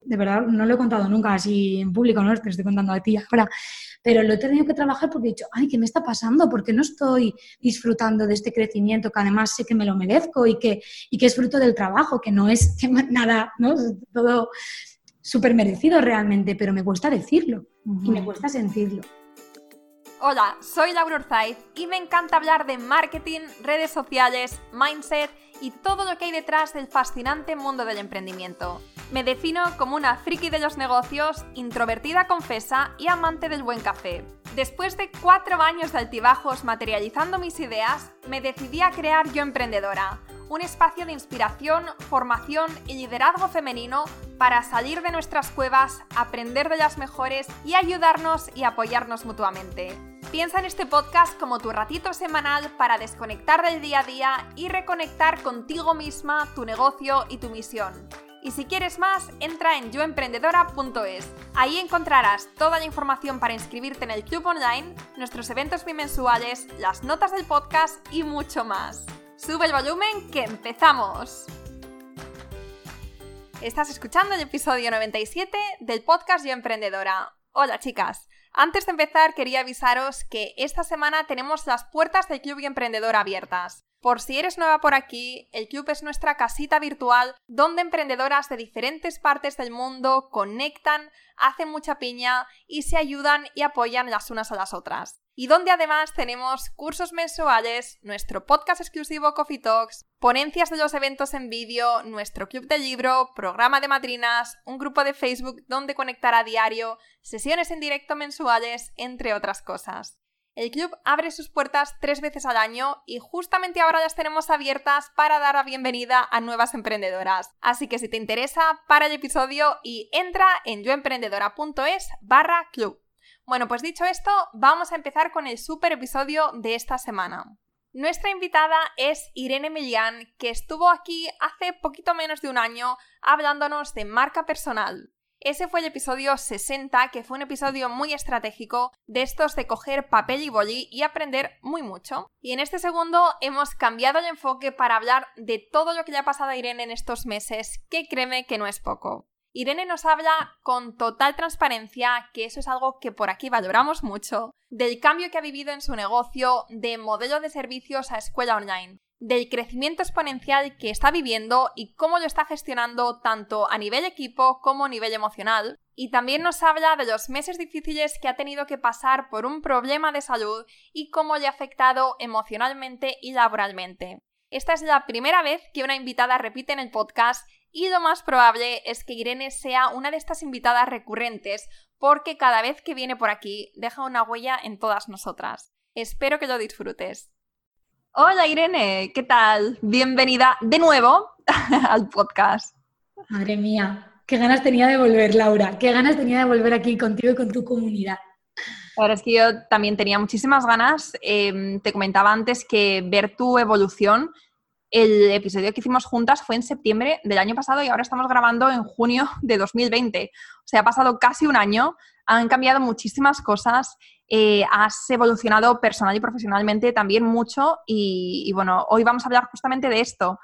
de verdad, no lo he contado nunca así en público, no te lo estoy contando a ti ahora, pero lo he tenido que trabajar porque he dicho, ay, ¿qué me está pasando? ¿Por qué no estoy disfrutando de este crecimiento que además sé que me lo merezco y que es fruto del trabajo, que no es nada, ¿no? Es todo súper merecido realmente, pero me cuesta decirlo y me cuesta sentirlo. Hola, soy Laura Urzaiz y me encanta hablar de marketing, redes sociales, mindset y todo lo que hay detrás del fascinante mundo del emprendimiento. Me defino como una friki de los negocios, introvertida confesa y amante del buen café. Después de 4 años de altibajos materializando mis ideas, me decidí a crear Yo Emprendedora, un espacio de inspiración, formación y liderazgo femenino para salir de nuestras cuevas, aprender de las mejores y ayudarnos y apoyarnos mutuamente. Piensa en este podcast como tu ratito semanal para desconectar del día a día y reconectar contigo misma, tu negocio y tu misión. Y si quieres más, entra en yoemprendedora.es. Ahí encontrarás toda la información para inscribirte en el club online, nuestros eventos bimensuales, las notas del podcast y mucho más. ¡Sube el volumen que empezamos! Estás escuchando el episodio 97 del podcast Yo Emprendedora. Hola chicas, antes de empezar quería avisaros que esta semana tenemos las puertas del Club Yo Emprendedora abiertas. Por si eres nueva por aquí, el club es nuestra casita virtual donde emprendedoras de diferentes partes del mundo conectan, hacen mucha piña y se ayudan y apoyan las unas a las otras. Y donde además tenemos cursos mensuales, nuestro podcast exclusivo Coffee Talks, ponencias de los eventos en vídeo, nuestro club de libro, programa de madrinas, un grupo de Facebook donde conectar a diario, sesiones en directo mensuales, entre otras cosas. El club abre sus puertas 3 veces al año y justamente ahora las tenemos abiertas para dar la bienvenida a nuevas emprendedoras. Así que si te interesa, para el episodio y entra en yoemprendedora.es/club. Bueno, pues dicho esto, vamos a empezar con el super episodio de esta semana. Nuestra invitada es Irene Millán, que estuvo aquí hace poquito menos de un año hablándonos de marca personal. Ese fue el episodio 60, que fue un episodio muy estratégico, de estos de coger papel y boli y aprender muy mucho. Y en este segundo hemos cambiado el enfoque para hablar de todo lo que le ha pasado a Irene en estos meses, que créeme que no es poco. Irene nos habla con total transparencia, que eso es algo que por aquí valoramos mucho, del cambio que ha vivido en su negocio, de modelo de servicios a escuela online, del crecimiento exponencial que está viviendo y cómo lo está gestionando tanto a nivel equipo como a nivel emocional. Y también nos habla de los meses difíciles que ha tenido que pasar por un problema de salud y cómo le ha afectado emocionalmente y laboralmente. Esta es la primera vez que una invitada repite en el podcast y lo más probable es que Irene sea una de estas invitadas recurrentes porque cada vez que viene por aquí deja una huella en todas nosotras. Espero que lo disfrutes. Hola Irene, ¿qué tal? Bienvenida de nuevo al podcast. Madre mía, qué ganas tenía de volver, Laura, qué ganas tenía de volver aquí contigo y con tu comunidad. La verdad es que yo también tenía muchísimas ganas. Te comentaba antes que ver tu evolución. El episodio que hicimos juntas fue en septiembre del año pasado y ahora estamos grabando en junio de 2020. O sea, ha pasado casi un año, han cambiado muchísimas cosas, has evolucionado personal y profesionalmente también mucho y bueno, hoy vamos a hablar justamente de esto,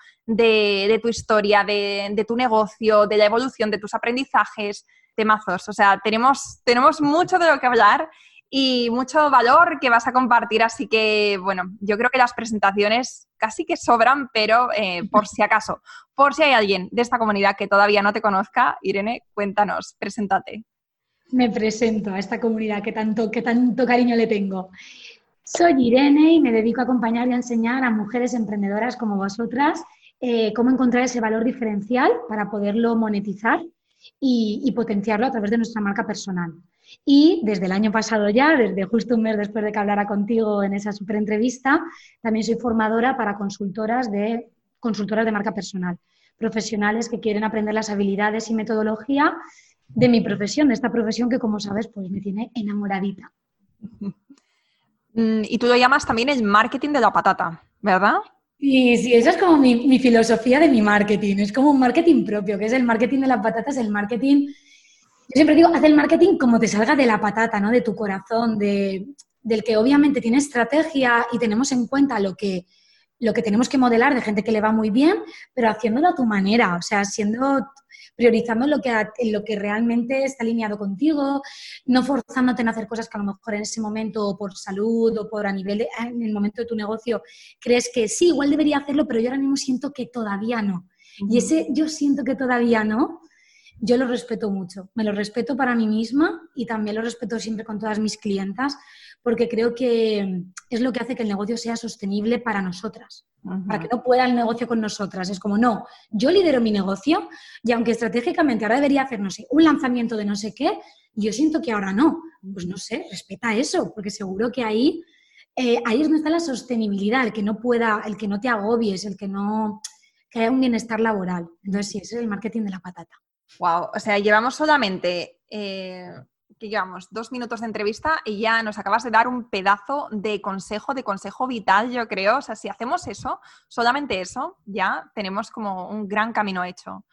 de tu historia, de tu negocio, de la evolución, de tus aprendizajes, temazos. O sea, tenemos mucho de lo que hablar y mucho valor que vas a compartir, así que, bueno, yo creo que las presentaciones casi que sobran, pero por si acaso, por si hay alguien de esta comunidad que todavía no te conozca, Irene, cuéntanos, preséntate. Me presento a esta comunidad que tanto cariño le tengo. Soy Irene y me dedico a acompañar y a enseñar a mujeres emprendedoras como vosotras cómo encontrar ese valor diferencial para poderlo monetizar y potenciarlo a través de nuestra marca personal. Y desde el año pasado ya, desde justo un mes después de que hablara contigo en esa super entrevista, también soy formadora para consultoras de marca personal, profesionales que quieren aprender las habilidades y metodología de mi profesión, de esta profesión que, como sabes, pues me tiene enamoradita. Y tú lo llamas también el marketing de la patata, ¿verdad? Sí, esa es como mi filosofía de mi marketing. Es como un marketing propio, que es el marketing de las patatas, el marketing... Yo siempre digo, haz el marketing como te salga de la patata, ¿no? De tu corazón, del que obviamente tiene estrategia y tenemos en cuenta lo que lo que tenemos que modelar de gente que le va muy bien, pero haciéndolo a tu manera, o sea, priorizando lo que realmente está alineado contigo, no forzándote en hacer cosas que a lo mejor en ese momento, o por salud, o por en el momento de tu negocio, crees que sí, igual debería hacerlo, pero yo ahora mismo siento que todavía no. Y ese yo siento que todavía no, yo lo respeto mucho. Me lo respeto para mí misma y también lo respeto siempre con todas mis clientas, porque creo que es lo que hace que el negocio sea sostenible para nosotras. Para que no pueda el negocio con nosotras. Es como, no, yo lidero mi negocio y aunque estratégicamente ahora debería hacer, no sé, un lanzamiento de no sé qué, yo siento que ahora no. Pues no sé, respeta eso, porque seguro que ahí es donde está la sostenibilidad, el que no te agobies, que haya un bienestar laboral. Entonces sí, ese es el marketing de la patata. Wow, o sea, llevamos solamente, que llevamos 2 minutos de entrevista y ya nos acabas de dar un pedazo de consejo vital, yo creo. O sea, si hacemos eso, solamente eso, ya tenemos como un gran camino hecho.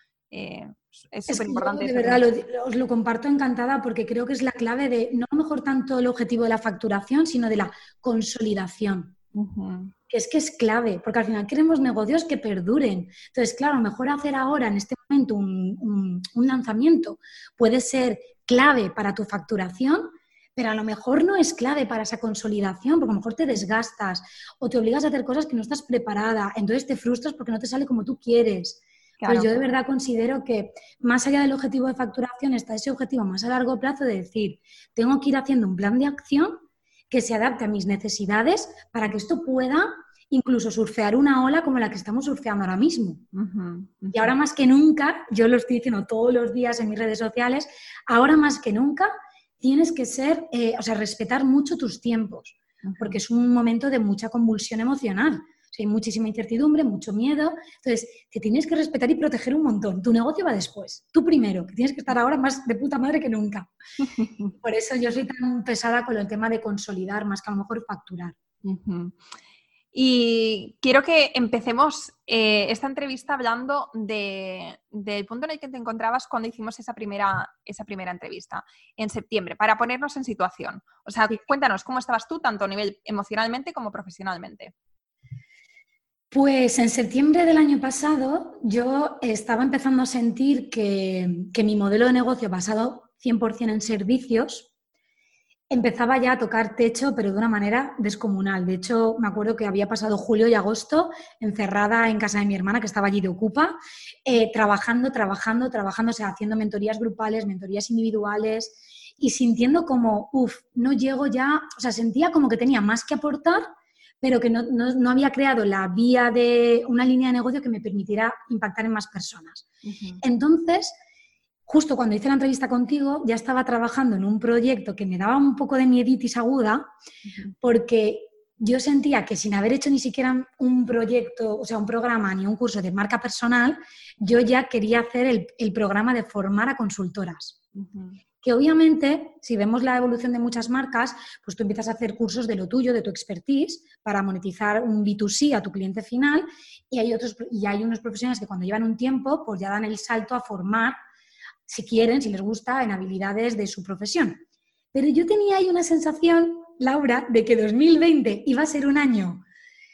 Es súper importante. De verdad, os lo comparto encantada porque creo que es la clave de, no a lo mejor tanto el objetivo de la facturación, sino de la consolidación. Que es clave, porque al final queremos negocios que perduren. Entonces, claro, mejor hacer ahora, en este momento, un lanzamiento puede ser clave para tu facturación, pero a lo mejor no es clave para esa consolidación, porque a lo mejor te desgastas o te obligas a hacer cosas que no estás preparada, entonces te frustras porque no te sale como tú quieres. Claro. Pues yo de verdad considero que más allá del objetivo de facturación está ese objetivo más a largo plazo de decir, tengo que ir haciendo un plan de acción que se adapte a mis necesidades para que esto pueda incluso surfear una ola como la que estamos surfeando ahora mismo. Y ahora más que nunca, yo lo estoy diciendo todos los días en mis redes sociales, ahora más que nunca tienes que respetar mucho tus tiempos, porque es un momento de mucha convulsión emocional. O sea, hay muchísima incertidumbre, mucho miedo. Entonces, te tienes que respetar y proteger un montón. Tu negocio va después. Tú primero, que tienes que estar ahora más de puta madre que nunca. Por eso yo soy tan pesada con el tema de consolidar más que a lo mejor facturar. Y quiero que empecemos esta entrevista hablando del punto en el que te encontrabas cuando hicimos esa primera entrevista, en septiembre, para ponernos en situación. O sea, cuéntanos, ¿cómo estabas tú, tanto a nivel emocionalmente como profesionalmente? Pues en septiembre del año pasado yo estaba empezando a sentir que mi modelo de negocio basado 100% en servicios empezaba ya a tocar techo, pero de una manera descomunal. De hecho, me acuerdo que había pasado julio y agosto encerrada en casa de mi hermana, que estaba allí de ocupa, trabajando, o sea, haciendo mentorías grupales, mentorías individuales y sintiendo como, no llego ya, o sea, sentía como que tenía más que aportar, pero que no había creado la vía de una línea de negocio que me permitiera impactar en más personas. Entonces, justo cuando hice la entrevista contigo, ya estaba trabajando en un proyecto que me daba un poco de mieditis aguda, porque yo sentía que sin haber hecho ni siquiera un proyecto, o sea, un programa ni un curso de marca personal, yo ya quería hacer el programa de formar a consultoras. Que obviamente, si vemos la evolución de muchas marcas, pues tú empiezas a hacer cursos de lo tuyo, de tu expertise, para monetizar un B2C a tu cliente final, y hay unos profesionales que cuando llevan un tiempo, pues ya dan el salto a formar, si quieren, si les gusta, en habilidades de su profesión. Pero yo tenía ahí una sensación, Laura, de que 2020 iba a ser un año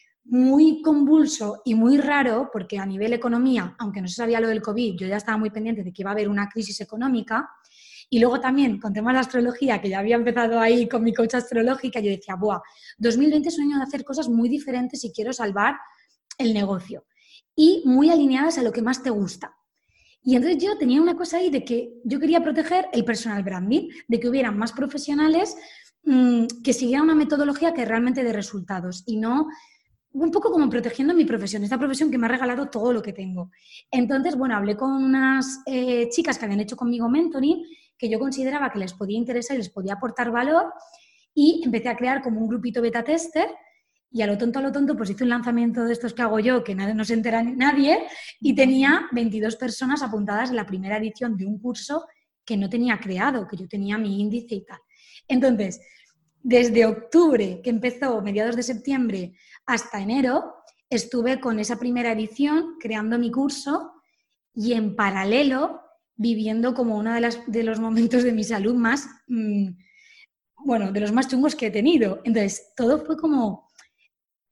muy convulso y muy raro, porque a nivel economía, aunque no se sabía lo del COVID, yo ya estaba muy pendiente de que iba a haber una crisis económica. Y luego también, con temas de astrología, que ya había empezado ahí con mi coach astrológica, yo decía, 2020 es un año de hacer cosas muy diferentes si quiero salvar el negocio. Y muy alineadas a lo que más te gusta. Y entonces yo tenía una cosa ahí de que yo quería proteger el personal branding, de que hubieran más profesionales que siguieran una metodología que realmente dé resultados y no un poco como protegiendo mi profesión, esta profesión que me ha regalado todo lo que tengo. Entonces, hablé con unas chicas que habían hecho conmigo mentoring, que yo consideraba que les podía interesar y les podía aportar valor, y empecé a crear como un grupito beta tester. Y a lo tonto, pues hice un lanzamiento de estos que hago yo, que no se entera nadie, y tenía 22 personas apuntadas en la primera edición de un curso que no tenía creado, que yo tenía mi índice y tal. Entonces, desde octubre, que empezó mediados de septiembre, hasta enero, estuve con esa primera edición creando mi curso y en paralelo viviendo como uno de los momentos de mi salud más, de los más chungos que he tenido. Entonces, todo fue como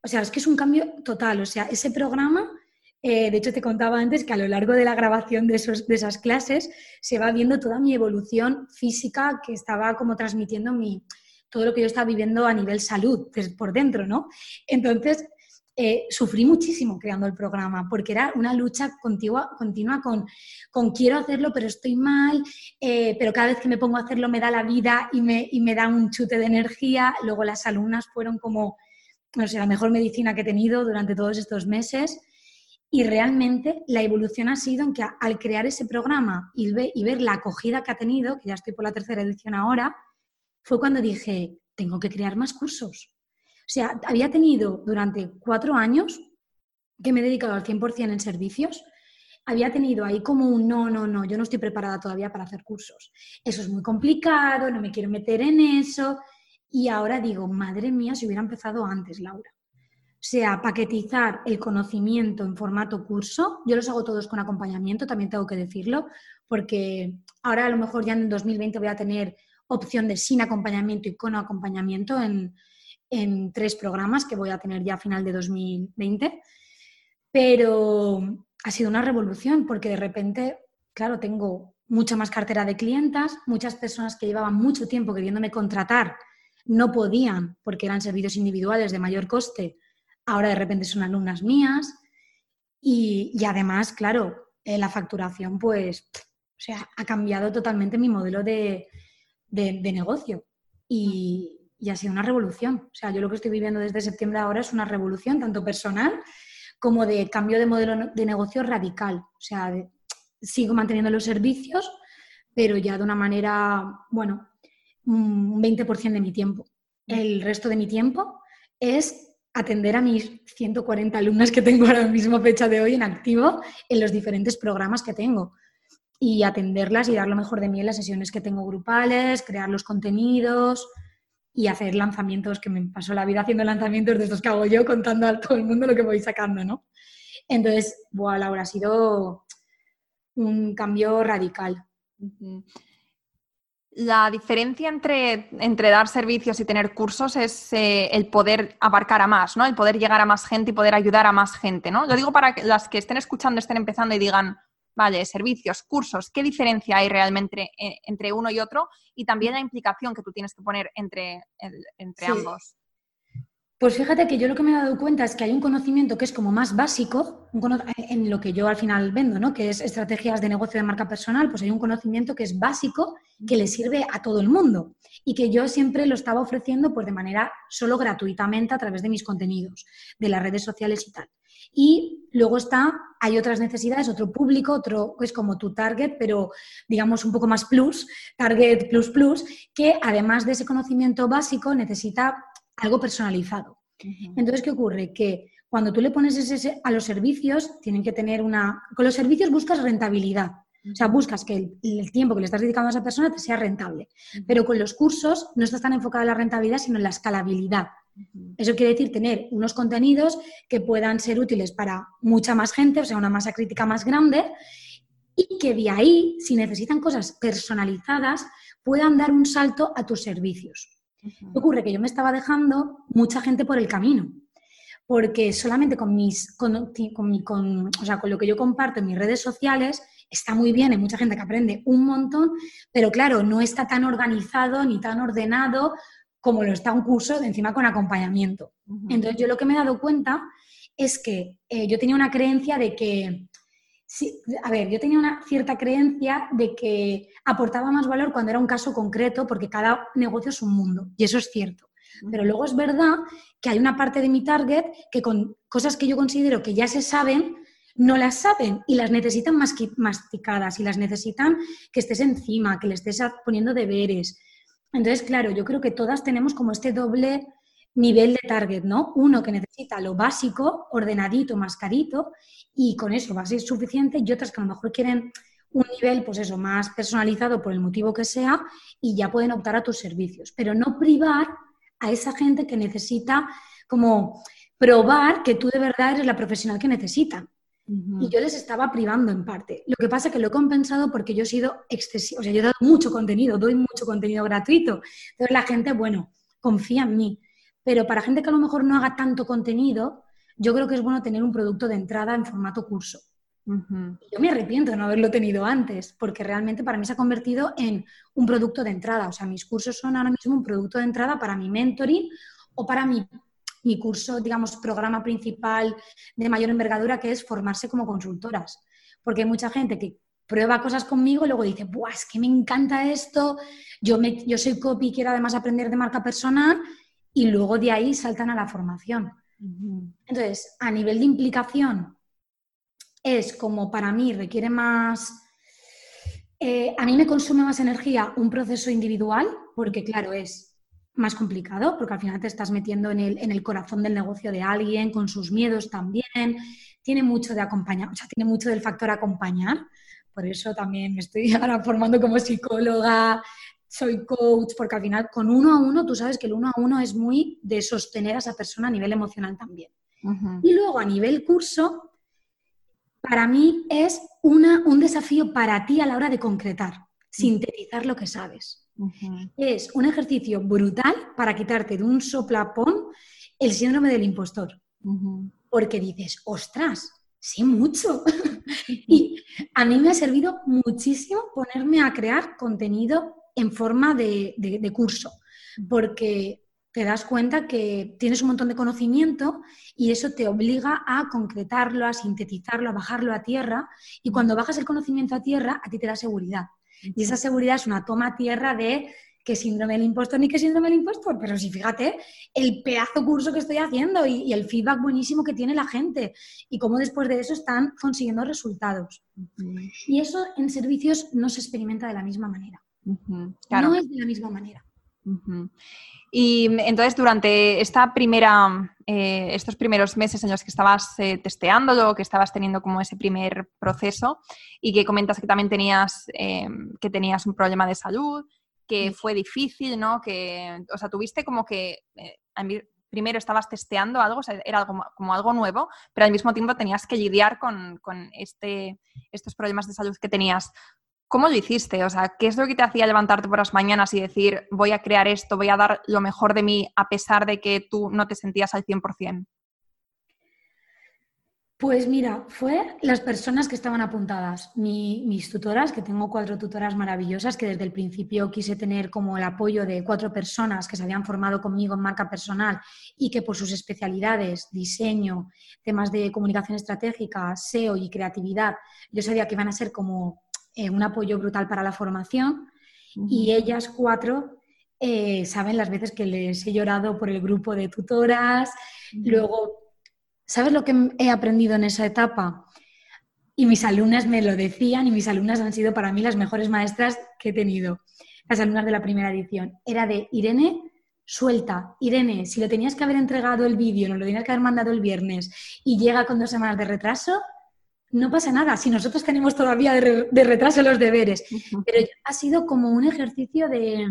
o sea, es que es un cambio total. O sea, ese programa, de hecho te contaba antes que a lo largo de la grabación de esas clases se va viendo toda mi evolución física que estaba como transmitiendo todo lo que yo estaba viviendo a nivel salud, por dentro, ¿no? Entonces, sufrí muchísimo creando el programa porque era una lucha continua con quiero hacerlo pero estoy mal, pero cada vez que me pongo a hacerlo me da la vida y me da un chute de energía. Luego las alumnas fueron como, no sé, la mejor medicina que he tenido durante todos estos meses y realmente la evolución ha sido en que al crear ese programa y ver la acogida que ha tenido, que ya estoy por la 3ª edición ahora, fue cuando dije, tengo que crear más cursos. O sea, había tenido durante 4 años que me he dedicado al 100% en servicios, había tenido ahí como un no, yo no estoy preparada todavía para hacer cursos. Eso es muy complicado, no me quiero meter en eso. Y ahora digo, madre mía, si hubiera empezado antes, Laura. O sea, paquetizar el conocimiento en formato curso, yo los hago todos con acompañamiento, también tengo que decirlo, porque ahora a lo mejor ya en 2020 voy a tener opción de sin acompañamiento y con acompañamiento en 3 programas que voy a tener ya a final de 2020, pero ha sido una revolución porque de repente, claro, tengo mucha más cartera de clientas, muchas personas que llevaban mucho tiempo queriéndome contratar no podían porque eran servicios individuales de mayor coste, ahora de repente son alumnas mías y además, claro, la facturación pues, o sea, ha cambiado totalmente mi modelo de negocio y ha sido una revolución. O sea, yo lo que estoy viviendo desde septiembre ahora es una revolución, tanto personal como de cambio de modelo de negocio radical. O sea, sigo manteniendo los servicios, pero ya de una manera, bueno, un 20% de mi tiempo. El resto de mi tiempo es atender a mis 140 alumnas que tengo ahora mismo, fecha de hoy, en activo, en los diferentes programas que tengo. Y atenderlas y dar lo mejor de mí en las sesiones que tengo grupales, crear los contenidos y hacer lanzamientos, que me paso la vida haciendo lanzamientos de estos que hago yo, contando a todo el mundo lo que voy sacando, ¿no? Entonces, bueno, Laura, ha sido un cambio radical. La diferencia entre dar servicios y tener cursos es el poder abarcar a más, ¿no? El poder llegar a más gente y poder ayudar a más gente, ¿no? Lo digo para que las que estén escuchando, estén empezando y digan, vale, servicios, cursos, ¿qué diferencia hay realmente entre uno y otro? Y también la implicación que tú tienes que poner entre Sí. ambos. Pues fíjate que yo lo que me he dado cuenta es que hay un conocimiento que es como más básico, en lo que yo al final vendo, ¿no? Que es estrategias de negocio de marca personal, pues hay un conocimiento que es básico, que le sirve a todo el mundo y que yo siempre lo estaba ofreciendo pues de manera solo gratuitamente a través de mis contenidos, de las redes sociales y tal. Y luego hay otras necesidades, otro público, otro que es como tu target, pero digamos un poco más plus, target plus, que además de ese conocimiento básico necesita algo personalizado. Entonces, ¿qué ocurre? Que cuando tú le pones a los servicios, tienen que tener con los servicios buscas rentabilidad. O sea, buscas que el tiempo que le estás dedicando a esa persona te sea rentable. Pero con los cursos no estás tan enfocado en la rentabilidad, sino en la escalabilidad. Eso quiere decir tener unos contenidos que puedan ser útiles para mucha más gente, o sea, una masa crítica más grande, y que de ahí, si necesitan cosas personalizadas, puedan dar un salto a tus servicios. ¿Qué ocurre? Que yo me estaba dejando mucha gente por el camino, porque solamente con lo que yo comparto en mis redes sociales está muy bien, hay mucha gente que aprende un montón, pero claro, no está tan organizado ni tan ordenado como lo está un curso de encima con acompañamiento. Entonces yo lo que me he dado cuenta es que yo tenía una creencia de que sí, yo tenía una cierta creencia de que aportaba más valor cuando era un caso concreto, porque cada negocio es un mundo, y eso es cierto. Pero luego es verdad que hay una parte de mi target que con cosas que yo considero que ya se saben, no las saben y las necesitan masticadas y las necesitan que estés encima, que le estés poniendo deberes. Entonces, claro, yo creo que todas tenemos como este doble nivel de target, ¿no? Uno que necesita lo básico, ordenadito, mascarito, y con eso va a ser suficiente, y otras que a lo mejor quieren un nivel, pues eso, más personalizado por el motivo que sea, y ya pueden optar a tus servicios. Pero no privar a esa gente que necesita como probar que tú de verdad eres la profesional que necesitan. Y yo les estaba privando en parte. Lo que pasa es que lo he compensado porque yo he sido excesiva, o sea, yo he dado mucho contenido, doy mucho contenido gratuito. Entonces la gente, bueno, confía en mí. pero para gente que a lo mejor no haga tanto contenido, yo creo que es bueno tener un producto de entrada en formato curso. Yo me arrepiento de no haberlo tenido antes, porque realmente para mí se ha convertido en un producto de entrada. O sea, mis cursos son ahora mismo un producto de entrada para mi mentoring o para mi curso, digamos, programa principal de mayor envergadura, que es formarse como consultoras. Porque hay mucha gente que prueba cosas conmigo y luego dice, ¡buah, es que me encanta esto! Yo soy copy y quiero además aprender de marca personal, y luego de ahí saltan a la formación. Entonces, a nivel de implicación, es como para mí requiere más... a mí me consume más energía un proceso individual, porque claro, es más complicado, porque al final te estás metiendo en el corazón del negocio de alguien, con sus miedos también, tiene mucho de acompañar, o sea, tiene mucho del factor acompañar, por eso también me estoy ahora formando como psicóloga, soy coach, porque al final con 1 a 1, tú sabes que el 1 a 1 es muy de sostener a esa persona a nivel emocional también. Y luego a nivel curso, para mí es un desafío para ti a la hora de concretar, sintetizar lo que sabes. Es un ejercicio brutal para quitarte de un soplapón el síndrome del impostor. Porque dices, ostras, sé mucho. Y a mí me ha servido muchísimo ponerme a crear contenido en forma de curso, porque te das cuenta que tienes un montón de conocimiento y eso te obliga a concretarlo, a sintetizarlo, a bajarlo a tierra, y cuando bajas el conocimiento a tierra, a ti te da seguridad. Y esa seguridad es una toma a tierra de qué síndrome del impostor ni qué síndrome del impostor, pero sí, fíjate, el pedazo curso que estoy haciendo y el feedback buenísimo que tiene la gente y cómo después de eso están consiguiendo resultados. Y eso en servicios no se experimenta de la misma manera. Claro. No es de la misma manera. Y entonces durante estos primeros meses en los que estabas testeándolo, que estabas teniendo como ese primer proceso y que comentas que también tenías un problema de salud, que fue difícil, ¿no? O sea, tuviste como que primero estabas testeando algo, o sea, era como algo nuevo, pero al mismo tiempo tenías que lidiar con estos problemas de salud que tenías. ¿Cómo lo hiciste? O sea, ¿qué es lo que te hacía levantarte por las mañanas y decir, voy a crear esto, voy a dar lo mejor de mí a pesar de que tú no te sentías al 100%? Pues mira, fue las personas que estaban apuntadas, mis tutoras, que tengo 4 tutoras maravillosas, que desde el principio quise tener como el apoyo de 4 personas que se habían formado conmigo en marca personal y que por sus especialidades, diseño, temas de comunicación estratégica, SEO y creatividad, yo sabía que iban a ser como un apoyo brutal para la formación. Y ellas 4 saben las veces que les he llorado por el grupo de tutoras. Luego, ¿sabes lo que he aprendido en esa etapa? Y mis alumnas me lo decían, y mis alumnas han sido para mí las mejores maestras que he tenido, las alumnas de la primera edición. Era de, Irene, suelta. Irene, si lo tenías que haber entregado el vídeo, no lo tenías que haber mandado el viernes y llega con 2 semanas de retraso, no pasa nada, si nosotros tenemos todavía de retraso los deberes. Pero ha sido como un ejercicio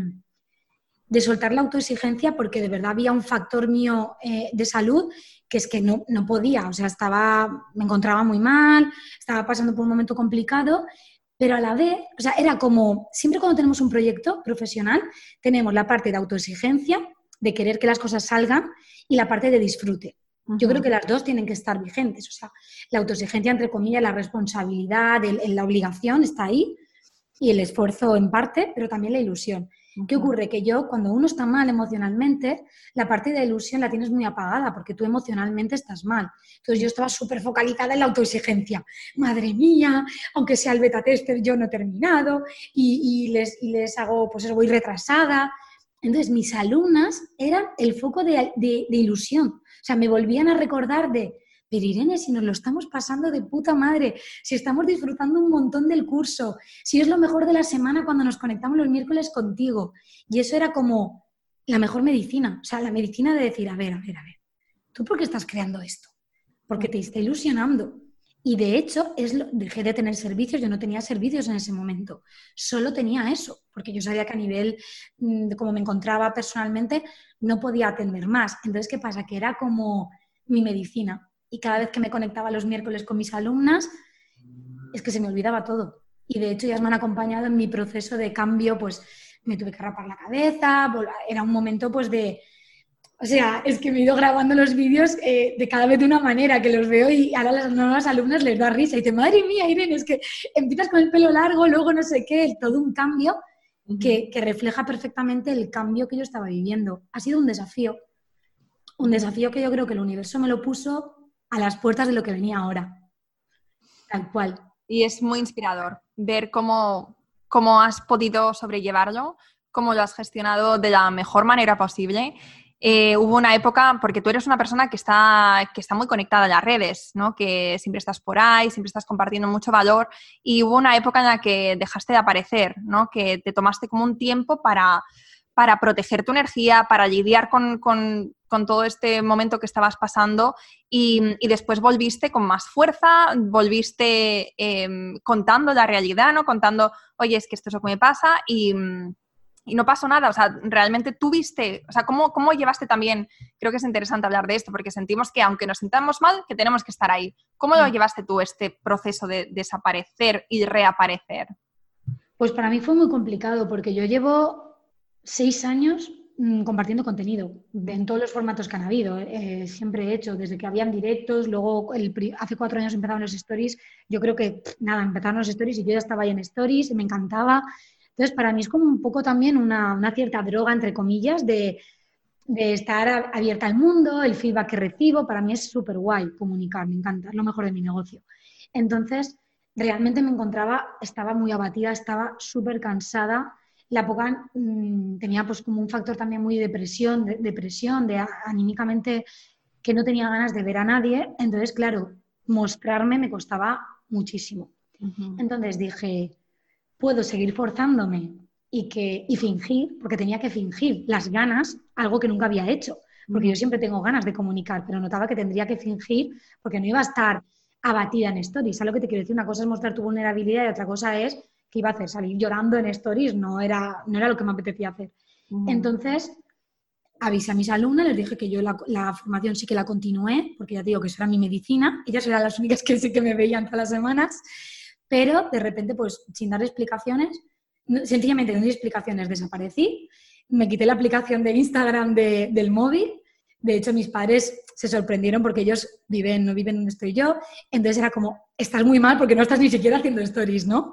de soltar la autoexigencia, porque de verdad había un factor mío de salud que es que no podía, o sea, me encontraba muy mal, estaba pasando por un momento complicado, pero a la vez, o sea, era como, siempre cuando tenemos un proyecto profesional, tenemos la parte de autoexigencia, de querer que las cosas salgan, y la parte de disfrute. Yo creo que las dos tienen que estar vigentes, o sea, la autoexigencia, entre comillas, la responsabilidad, la obligación está ahí, y el esfuerzo en parte, pero también la ilusión. ¿Qué ocurre? Que cuando uno está mal emocionalmente, la parte de la ilusión la tienes muy apagada porque tú emocionalmente estás mal. Entonces yo estaba súper focalizada en la autoexigencia. Madre mía, aunque sea el beta tester, yo no he terminado y les hago, pues eso, voy retrasada. Entonces mis alumnas eran el foco de ilusión. O sea, me volvían a recordar pero Irene, si nos lo estamos pasando de puta madre, si estamos disfrutando un montón del curso, si es lo mejor de la semana cuando nos conectamos los miércoles contigo. Y eso era como la mejor medicina, o sea, la medicina de decir, a ver, ¿tú por qué estás creando esto? Porque te está ilusionando. Y de hecho, dejé de tener servicios, yo no tenía servicios en ese momento, solo tenía eso, porque yo sabía que a nivel de cómo me encontraba personalmente, no podía atender más. Entonces, ¿qué pasa? Que era como mi medicina. Y cada vez que me conectaba los miércoles con mis alumnas, es que se me olvidaba todo. Y de hecho ellas me han acompañado en mi proceso de cambio, pues me tuve que rapar la cabeza, era un momento pues de O sea, es que me he ido grabando los vídeos de cada vez de una manera, que los veo y ahora a las nuevas alumnas les da risa. Y dicen, madre mía, Irene, es que empiezas con el pelo largo, luego no sé qué, todo un cambio que refleja perfectamente el cambio que yo estaba viviendo. Ha sido un desafío que yo creo que el universo me lo puso a las puertas de lo que venía ahora. Tal cual. Y es muy inspirador ver cómo has podido sobrellevarlo, cómo lo has gestionado de la mejor manera posible. Hubo una época, porque tú eres una persona que está muy conectada a las redes, ¿no? Que siempre estás por ahí, siempre estás compartiendo mucho valor, y hubo una época en la que dejaste de aparecer, ¿no? Que te tomaste como un tiempo para proteger tu energía, para lidiar con todo este momento que estabas pasando y después volviste con más fuerza, volviste contando la realidad, ¿no? Contando, oye, es que esto es lo que me pasa y no pasó nada. O sea, realmente tuviste, o sea, ¿cómo llevaste también? Creo que es interesante hablar de esto porque sentimos que aunque nos sintamos mal, que tenemos que estar ahí. ¿Cómo lo llevaste tú, este proceso de desaparecer y reaparecer? Pues para mí fue muy complicado porque yo llevo 6 años compartiendo contenido en todos los formatos que han habido. Siempre he hecho, desde que habían directos, luego hace 4 años empezaron los stories. Yo creo que, empezaron los stories y yo ya estaba ahí en stories y me encantaba. Entonces, para mí es como un poco también una cierta droga, entre comillas, de estar abierta al mundo, el feedback que recibo. Para mí es súper guay comunicar, me encanta, es lo mejor de mi negocio. Entonces, realmente estaba muy abatida, estaba súper cansada. La época tenía pues como un factor también muy de depresión, anímicamente que no tenía ganas de ver a nadie. Entonces, claro, mostrarme me costaba muchísimo. Uh-huh. Entonces dije, puedo seguir forzándome y fingir, porque tenía que fingir las ganas, algo que nunca había hecho. Porque yo siempre tengo ganas de comunicar, pero notaba que tendría que fingir porque no iba a estar abatida en stories. ¿Sabes lo que te quiero decir? Una cosa es mostrar tu vulnerabilidad y otra cosa es que iba a hacer salir llorando en stories. No era lo que me apetecía hacer. Entonces, avisé a mis alumnas, les dije que yo la formación sí que la continué, porque ya te digo que eso era mi medicina. Ellas eran las únicas que sí que me veían todas las semanas, pero de repente, pues sin dar explicaciones, sencillamente no di explicaciones, desaparecí, me quité la aplicación de Instagram del móvil. De hecho, mis padres se sorprendieron porque ellos no viven donde estoy yo. Entonces era como, estás muy mal porque no estás ni siquiera haciendo stories, ¿no?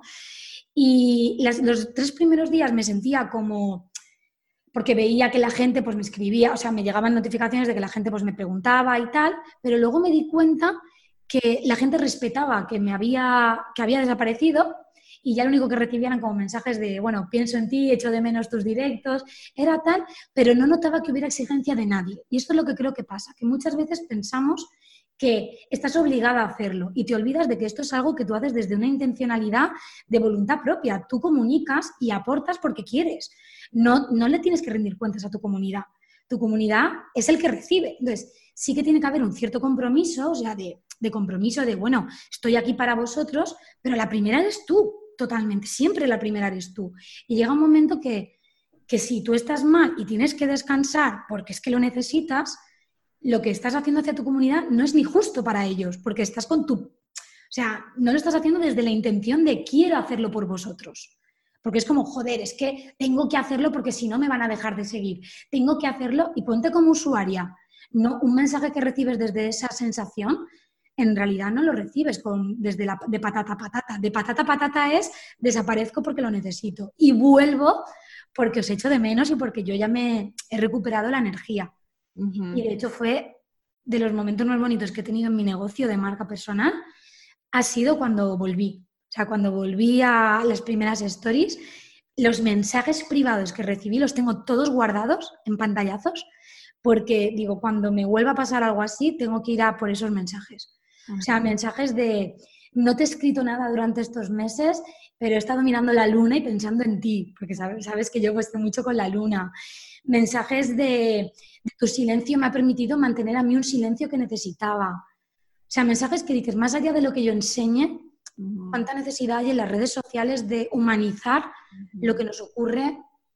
Y los 3 primeros días me sentía como, porque veía que la gente pues me escribía, o sea, me llegaban notificaciones de que la gente pues me preguntaba y tal, pero luego me di cuenta que la gente respetaba que había desaparecido. Y ya lo único que recibían eran como mensajes de, bueno, pienso en ti, echo de menos tus directos, era tal, pero no notaba que hubiera exigencia de nadie. Y esto es lo que creo que pasa, que muchas veces pensamos que estás obligada a hacerlo y te olvidas de que esto es algo que tú haces desde una intencionalidad de voluntad propia. Tú comunicas y aportas porque quieres. No le tienes que rendir cuentas a tu comunidad. Tu comunidad es el que recibe. Entonces, sí que tiene que haber un cierto compromiso, o sea, de compromiso de, bueno, estoy aquí para vosotros, pero la primera eres tú. Totalmente, siempre la primera eres tú. Y llega un momento que si tú estás mal y tienes que descansar porque es que lo necesitas, lo que estás haciendo hacia tu comunidad no es ni justo para ellos, porque estás con tu... O sea, no lo estás haciendo desde la intención de quiero hacerlo por vosotros. Porque es como, joder, es que tengo que hacerlo porque si no me van a dejar de seguir. Tengo que hacerlo y ponte como usuaria. No, un mensaje que recibes desde esa sensación, en realidad no lo recibes desde de patata a patata. De patata a patata es desaparezco porque lo necesito y vuelvo porque os echo de menos y porque yo ya me he recuperado la energía. Uh-huh. Y de hecho fue de los momentos más bonitos que he tenido en mi negocio de marca personal, ha sido cuando volví. O sea, cuando volví a las primeras stories, los mensajes privados que recibí los tengo todos guardados en pantallazos porque digo, cuando me vuelva a pasar algo así, tengo que ir a por esos mensajes. O sea, mensajes de no te he escrito nada durante estos meses, pero he estado mirando la luna y pensando en ti, porque sabes que yo estoy mucho con la luna. Mensajes de tu silencio me ha permitido mantener a mí un silencio que necesitaba. O sea, mensajes que dices, más allá de lo que yo enseñe, cuánta necesidad hay en las redes sociales de humanizar lo que nos ocurre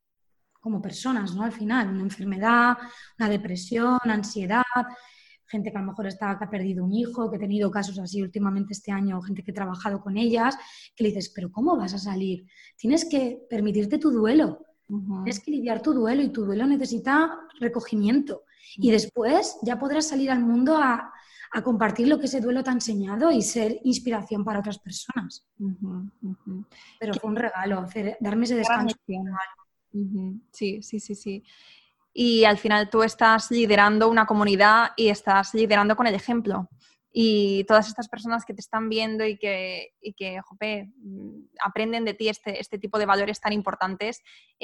como personas, ¿no? Al final, una enfermedad, una depresión, ansiedad... Gente que a lo mejor que ha perdido un hijo, que he tenido casos así últimamente este año, gente que he trabajado con ellas, que le dices, pero ¿cómo vas a salir? Tienes que permitirte tu duelo. Tienes que lidiar tu duelo y tu duelo necesita recogimiento. Y después ya podrás salir al mundo a compartir lo que ese duelo te ha enseñado y ser inspiración para otras personas. Pero fue un regalo, darme ese descanso. Sí. Y al final tú estás liderando una comunidad y estás liderando con el ejemplo. Y todas estas personas que te están viendo y que jope, aprenden de ti este tipo de valores tan importantes.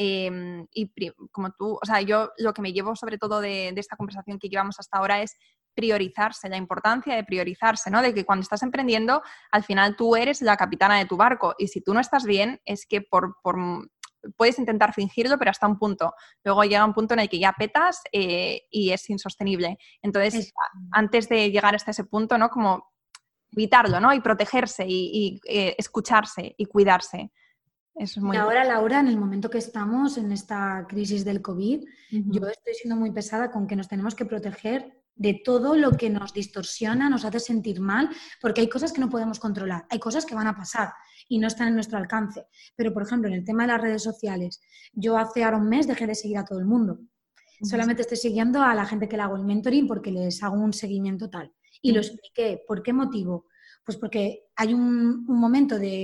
Como tú, o sea, yo lo que me llevo sobre todo de esta conversación que llevamos hasta ahora es priorizarse, la importancia de priorizarse, ¿no? De que cuando estás emprendiendo, al final tú eres la capitana de tu barco y si tú no estás bien, es que puedes intentar fingirlo, pero hasta un punto. Luego llega un punto en el que ya petas y es insostenible. Entonces, antes de llegar hasta ese punto, ¿no? Como evitarlo, ¿no? Y protegerse y escucharse y cuidarse. Eso es muy y ahora, Laura, en el momento que estamos en esta crisis del COVID, yo estoy siendo muy pesada con que nos tenemos que proteger de todo lo que nos distorsiona, nos hace sentir mal, porque hay cosas que no podemos controlar, hay cosas que van a pasar y no están en nuestro alcance. Pero, por ejemplo, en el tema de las redes sociales, yo hace ahora un mes dejé de seguir a todo el mundo. Solamente estoy siguiendo a la gente que le hago el mentoring porque les hago un seguimiento tal. Y lo expliqué. ¿Por qué motivo? Pues porque hay un momento de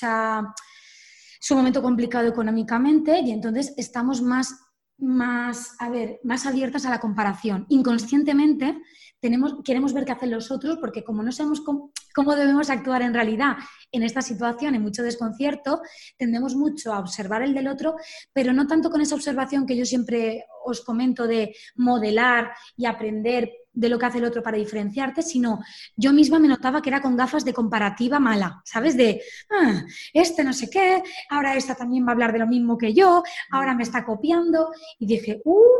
es un momento complicado económicamente y entonces estamos más abiertas a la comparación. Inconscientemente queremos ver qué hacen los otros porque como no sabemos cómo debemos actuar en realidad en esta situación, en mucho desconcierto, tendemos mucho a observar el del otro, pero no tanto con esa observación que yo siempre os comento de modelar y aprender de lo que hace el otro para diferenciarte, sino yo misma me notaba que era con gafas de comparativa mala, ¿sabes? De, este no sé qué, ahora esta también va a hablar de lo mismo que yo, ahora me está copiando, y dije,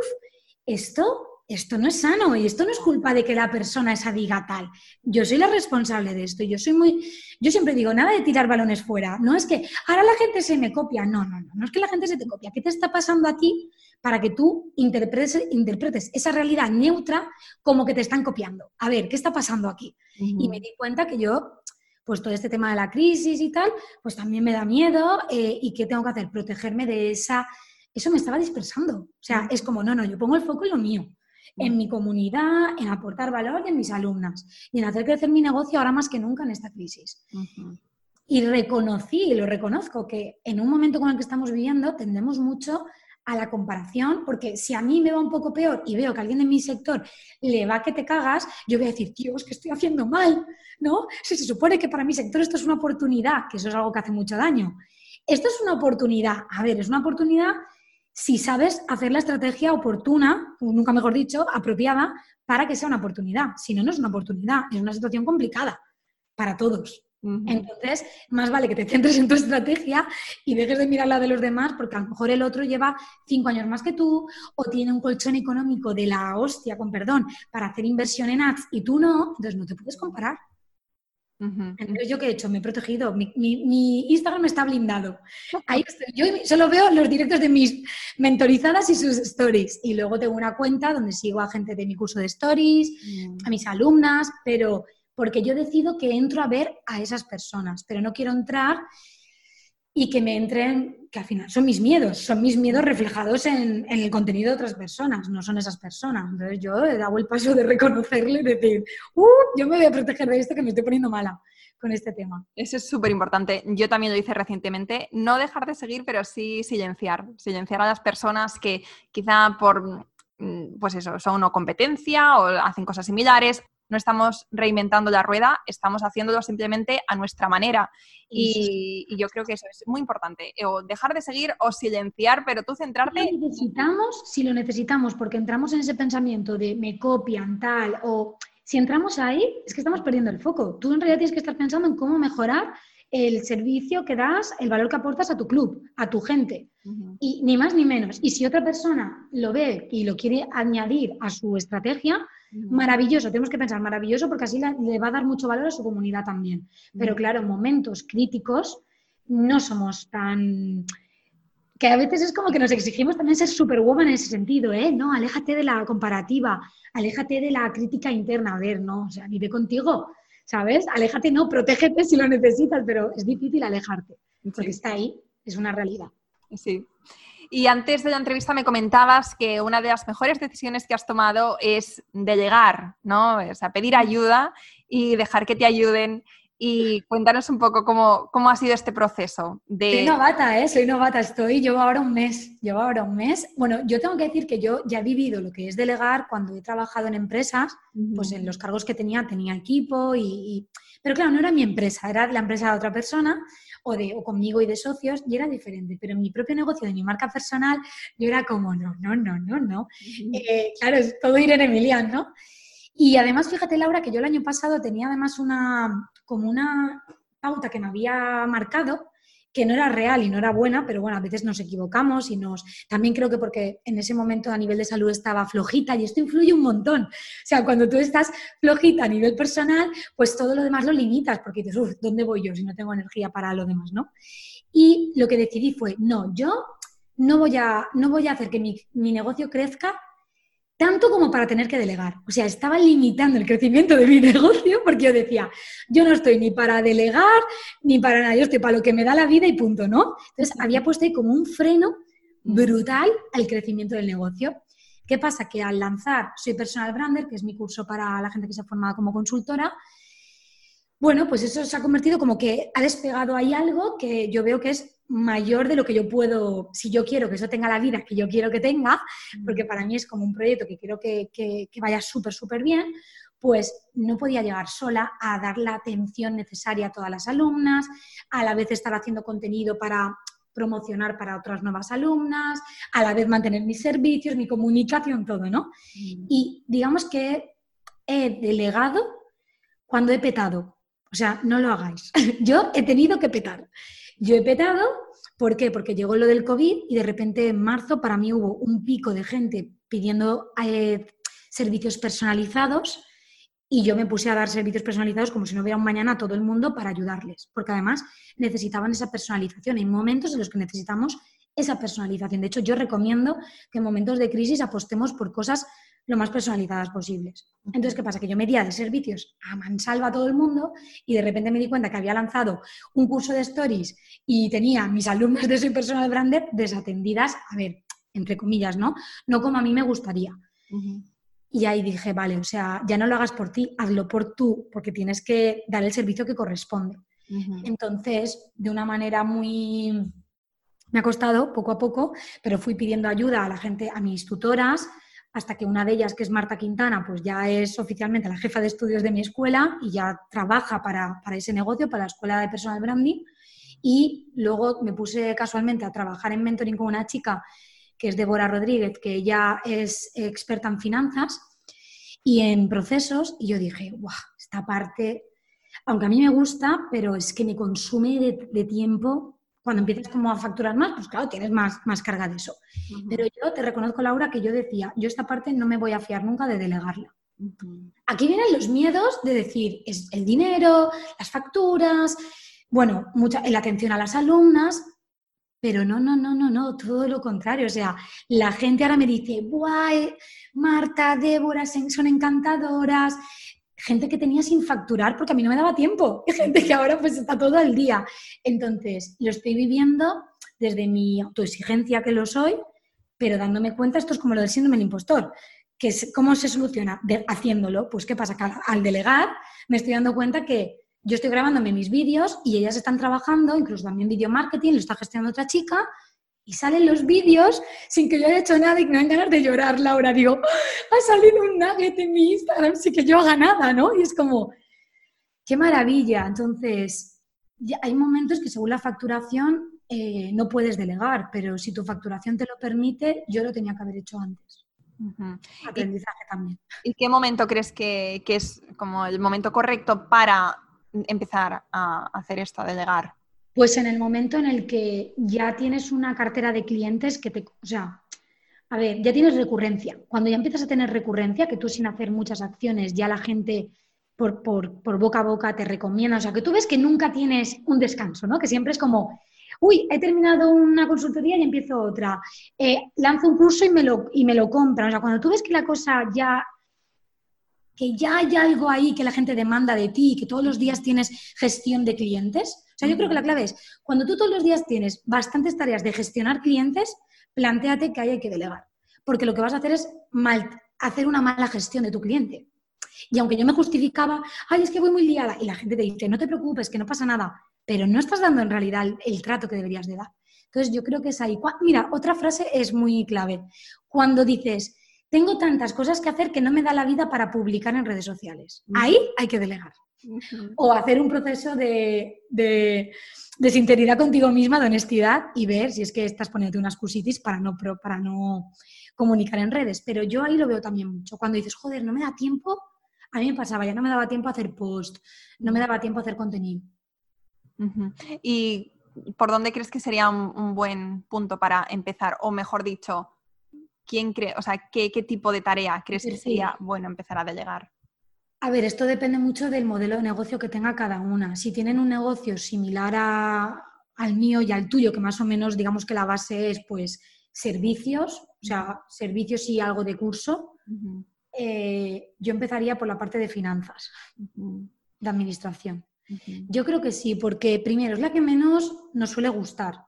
esto no es sano y esto no es culpa de que la persona esa diga tal. Yo soy la responsable de esto y yo siempre digo, nada de tirar balones fuera. No es que ahora la gente se me copia. No es que la gente se te copia. ¿Qué te está pasando a ti para que tú interpretes esa realidad neutra como que te están copiando? A ver, ¿qué está pasando aquí? Y me di cuenta que yo, pues todo este tema de la crisis y tal, pues también me da miedo y ¿qué tengo que hacer? Protegerme de esa... Eso me estaba dispersando. O sea, es como, yo pongo el foco en lo mío. En mi comunidad, en aportar valor y en mis alumnas. Y en hacer crecer mi negocio ahora más que nunca en esta crisis. Y lo reconozco, que en un momento como el que estamos viviendo tendemos mucho a la comparación, porque si a mí me va un poco peor y veo que a alguien de mi sector le va que te cagas, yo voy a decir, Dios, que estoy haciendo mal, ¿no? Si se supone que para mi sector esto es una oportunidad, que eso es algo que hace mucho daño. Esto es una oportunidad. A ver, es una oportunidad... si sabes hacer la estrategia oportuna, o nunca mejor dicho, apropiada, para que sea una oportunidad. Si no, no es una oportunidad, es una situación complicada para todos. Entonces, más vale que te centres en tu estrategia y dejes de mirar la de los demás, porque a lo mejor el otro lleva 5 años más que tú o tiene un colchón económico de la hostia, con perdón, para hacer inversión en ads y tú no, entonces no te puedes comparar. Entonces, ¿yo qué he hecho? Me he protegido. Mi Instagram está blindado. Ahí estoy. Yo solo veo los directos de mis mentorizadas y sus stories. Y luego tengo una cuenta donde sigo a gente de mi curso de stories, a mis alumnas, pero porque yo decido que entro a ver a esas personas, pero no quiero entrar y que me entren, que al final son mis miedos reflejados en el contenido de otras personas, no son esas personas. Entonces yo he dado el paso de reconocerlo y decir, yo me voy a proteger de esto que me estoy poniendo mala con este tema. Eso es súper importante. Yo también lo hice recientemente. No dejar de seguir, pero sí silenciar. Silenciar a las personas que quizá por, pues eso, son una competencia o hacen cosas similares. No estamos reinventando la rueda, estamos haciéndolo simplemente a nuestra manera. Y yo creo que eso es muy importante. O dejar de seguir o silenciar, pero tú centrarte... Si lo necesitamos, porque entramos en ese pensamiento de me copian, tal, o si entramos ahí, es que estamos perdiendo el foco. Tú en realidad tienes que estar pensando en cómo mejorar el servicio que das, el valor que aportas a tu club, a tu gente. Y ni más ni menos. Y si otra persona lo ve y lo quiere añadir a su estrategia, maravilloso, tenemos que pensar maravilloso porque así le va a dar mucho valor a su comunidad también. Pero claro, en momentos críticos no somos tan... que a veces es como que nos exigimos también ser superwoman en ese sentido, ¿eh? No, aléjate de la comparativa, aléjate de la crítica interna, a ver, no, o sea, vive contigo, ¿sabes? Aléjate, no, protégete si lo necesitas, pero es difícil alejarte, porque está ahí, es una realidad. Sí. Y antes de la entrevista me comentabas que una de las mejores decisiones que has tomado es delegar, ¿no? O sea, pedir ayuda y dejar que te ayuden. Y cuéntanos un poco cómo ha sido este proceso. Soy novata, soy novata, llevo ahora un mes. Bueno, yo tengo que decir que yo ya he vivido lo que es delegar cuando he trabajado en empresas, pues en los cargos que tenía equipo pero claro, no era mi empresa, era la empresa de otra persona o conmigo y de socios y era diferente, pero en mi propio negocio, de mi marca personal, yo era como, no. Claro, es todo Irene Millán, ¿no? Y además, fíjate, Laura, que yo el año pasado tenía además una pauta que me había marcado, que no era real y no era buena, pero bueno, a veces nos equivocamos También creo que porque en ese momento a nivel de salud estaba flojita y esto influye un montón. O sea, cuando tú estás flojita a nivel personal, pues todo lo demás lo limitas porque dices, ¿dónde voy yo si no tengo energía para lo demás, no? Y lo que decidí fue, no, yo no voy a hacer que mi negocio crezca tanto como para tener que delegar. O sea, estaba limitando el crecimiento de mi negocio porque yo decía, yo no estoy ni para delegar ni para nada, yo estoy para lo que me da la vida y punto, ¿no? Entonces, había puesto ahí como un freno brutal al crecimiento del negocio. ¿Qué pasa? Que al lanzar Soy Personal Brander, que es mi curso para la gente que se ha formado como consultora, bueno, pues eso se ha convertido como que ha despegado ahí algo que yo veo que es mayor de lo que yo puedo, si yo quiero que eso tenga la vida que yo quiero que tenga, porque para mí es como un proyecto que quiero que vaya súper bien, pues no podía llegar sola a dar la atención necesaria a todas las alumnas, a la vez estar haciendo contenido para promocionar para otras nuevas alumnas, a la vez mantener mis servicios, mi comunicación, todo, ¿no? Y digamos que he delegado cuando he petado. O sea, no lo hagáis. Yo he tenido que petar. Yo he petado, ¿por qué? Porque llegó lo del COVID y de repente en marzo para mí hubo un pico de gente pidiendo servicios personalizados y yo me puse a dar servicios personalizados como si no hubiera un mañana a todo el mundo para ayudarles, porque además necesitaban esa personalización. Hay momentos en los que necesitamos esa personalización. De hecho, yo recomiendo que en momentos de crisis apostemos por cosas lo más personalizadas posibles. Entonces, ¿qué pasa? Que yo me di de servicios a mansalva a todo el mundo y de repente me di cuenta que había lanzado un curso de stories y tenía mis alumnas de Soy Personal Brander desatendidas, a ver, entre comillas, ¿no? No como a mí me gustaría. Y ahí dije, vale, o sea, ya no lo hagas por ti, hazlo por tú, porque tienes que dar el servicio que corresponde. Entonces, de una manera muy... Me ha costado poco a poco, pero fui pidiendo ayuda a la gente, a mis tutoras, hasta que una de ellas, que es Marta Quintana, pues ya es oficialmente la jefa de estudios de mi escuela y ya trabaja para ese negocio, para la Escuela de Personal Branding. Y luego me puse casualmente a trabajar en mentoring con una chica que es Débora Rodríguez, que ella es experta en finanzas y en procesos. Y yo dije, ¡guau! Esta parte, aunque a mí me gusta, pero es que me consume de tiempo. Cuando empiezas como a facturar más, pues claro, tienes más carga de eso. Pero yo te reconozco, Laura, que yo decía, yo esta parte no me voy a fiar nunca de delegarla. Aquí vienen los miedos de decir, es el dinero, las facturas, bueno, la atención a las alumnas, pero no, todo lo contrario. O sea, la gente ahora me dice, ¡guay! Marta, Débora, son encantadoras. Gente que tenía sin facturar porque a mí no me daba tiempo. Y gente que ahora pues está todo el día. Entonces, lo estoy viviendo desde mi autoexigencia que lo soy, pero dándome cuenta, esto es como lo del síndrome del impostor. Que ¿cómo se soluciona? Haciéndolo. Pues, ¿qué pasa? Que al delegar me estoy dando cuenta que yo estoy grabándome mis vídeos y ellas están trabajando, incluso también video marketing, lo está gestionando otra chica, y salen los vídeos sin que yo haya hecho nada y me dan ganas de llorar, Laura. Digo, ha salido un nugget en mi Instagram sin que yo haga nada, ¿no? Y es como, ¡qué maravilla! Entonces, hay momentos que según la facturación no puedes delegar, pero si tu facturación te lo permite, yo lo tenía que haber hecho antes. Aprendizaje también. ¿Y qué momento crees que es como el momento correcto para empezar a hacer esto, a delegar? Pues en el momento en el que ya tienes una cartera de clientes o sea, a ver, ya tienes recurrencia. Cuando ya empiezas a tener recurrencia, que tú sin hacer muchas acciones, ya la gente por boca a boca te recomienda, o sea, que tú ves que nunca tienes un descanso, ¿no? Que siempre es como, uy, he terminado una consultoría y empiezo otra. Lanzo un curso y me lo compran. O sea, cuando tú ves que la cosa que ya hay algo ahí que la gente demanda de ti, que todos los días tienes gestión de clientes. O sea, yo creo que la clave es, cuando tú todos los días tienes bastantes tareas de gestionar clientes, plantéate que hay que delegar. Porque lo que vas a hacer es hacer una mala gestión de tu cliente. Y aunque yo me justificaba, ay, es que voy muy liada, y la gente te dice, no te preocupes, que no pasa nada, pero no estás dando en realidad el trato que deberías de dar. Entonces yo creo que es ahí. Mira, otra frase es muy clave. Cuando dices, tengo tantas cosas que hacer que no me da la vida para publicar en redes sociales. Ahí hay que delegar. O hacer un proceso de sinceridad contigo misma, de honestidad, y ver si es que estás poniéndote unas excusitis para no comunicar en redes. Pero yo ahí lo veo también mucho. Cuando dices, joder, no me da tiempo, a mí me pasaba, ya no me daba tiempo a hacer post, no me daba tiempo a hacer contenido. ¿Y por dónde crees que sería un buen punto para empezar? O mejor dicho, ¿qué tipo de tarea crees que sería bueno empezar a delegar? A ver, esto depende mucho del modelo de negocio que tenga cada una. Si tienen un negocio similar al mío y al tuyo, que más o menos digamos que la base es pues servicios, o sea, servicios y algo de curso, yo empezaría por la parte de finanzas, de administración. Yo creo que sí, porque primero es la que menos nos suele gustar.